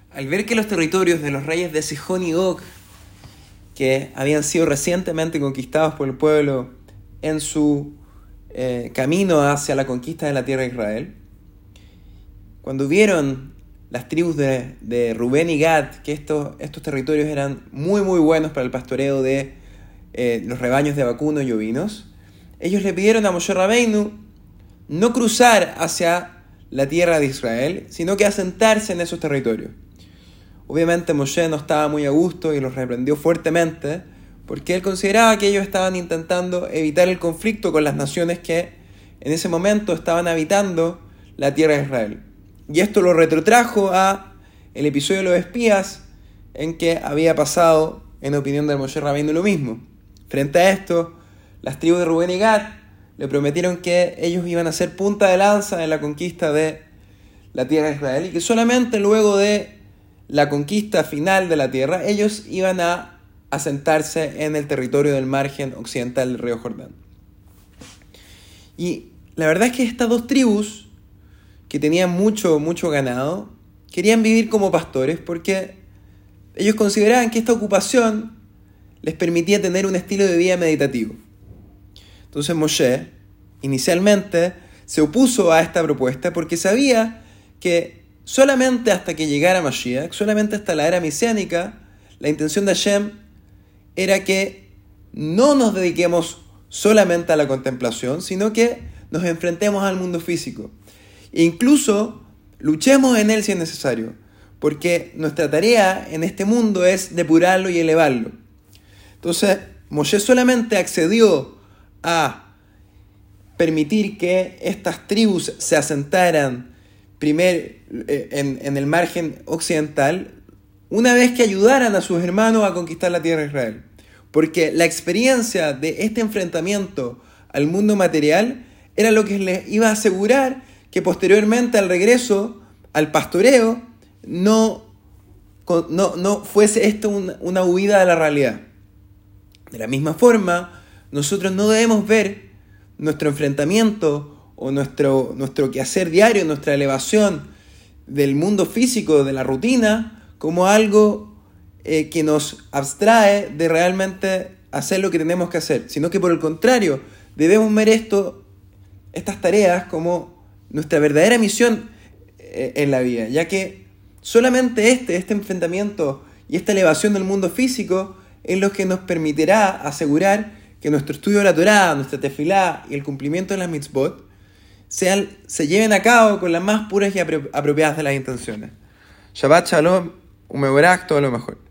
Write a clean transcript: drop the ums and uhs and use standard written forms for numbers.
Al ver que los territorios de los reyes de Sihón y Og, que habían sido recientemente conquistados por el pueblo en su camino hacia la conquista de la tierra de Israel, cuando vieron las tribus de Rubén y Gad que estos territorios eran muy muy buenos para el pastoreo de los rebaños de vacunos y ovinos, ellos le pidieron a Moshe Rabbeinu no cruzar hacia la tierra de Israel, sino que asentarse en esos territorios. Obviamente Moshe no estaba muy a gusto y los reprendió fuertemente porque él consideraba que ellos estaban intentando evitar el conflicto con las naciones que en ese momento estaban habitando la tierra de Israel. Y esto lo retrotrajo a el episodio de los espías, en que había pasado, en opinión de Moshe Rabbeinu, lo mismo. Frente a esto, las tribus de Rubén y Gad le prometieron que ellos iban a ser punta de lanza en la conquista de la tierra de Israel y que solamente luego de la conquista final de la tierra, ellos iban a asentarse en el territorio del margen occidental del río Jordán. Y la verdad es que estas dos tribus, que tenían mucho ganado, querían vivir como pastores porque ellos consideraban que esta ocupación les permitía tener un estilo de vida meditativo. Entonces Moshe inicialmente se opuso a esta propuesta porque sabía que solamente hasta que llegara Mashiach, solamente hasta la era mesiánica, la intención de Hashem era que no nos dediquemos solamente a la contemplación, sino que nos enfrentemos al mundo físico. E incluso luchemos en él si es necesario, porque nuestra tarea en este mundo es depurarlo y elevarlo. Entonces, Moshe solamente accedió a permitir que estas tribus se asentaran en el margen occidental, una vez que ayudaran a sus hermanos a conquistar la tierra de Israel. Porque la experiencia de este enfrentamiento al mundo material era lo que les iba a asegurar que posteriormente al regreso al pastoreo no fuese esto una huida de la realidad. De la misma forma, nosotros no debemos ver nuestro enfrentamiento o nuestro quehacer diario, nuestra elevación del mundo físico, de la rutina, como algo que nos abstrae de realmente hacer lo que tenemos que hacer, sino que por el contrario, debemos ver estas tareas como nuestra verdadera misión en la vida, ya que solamente este enfrentamiento y esta elevación del mundo físico es lo que nos permitirá asegurar que nuestro estudio de la Torá, nuestra tefilá y el cumplimiento de las mitzvot se lleven a cabo con las más puras y apropiadas de las intenciones. Shabbat Shalom, Umeborach, todo lo mejor.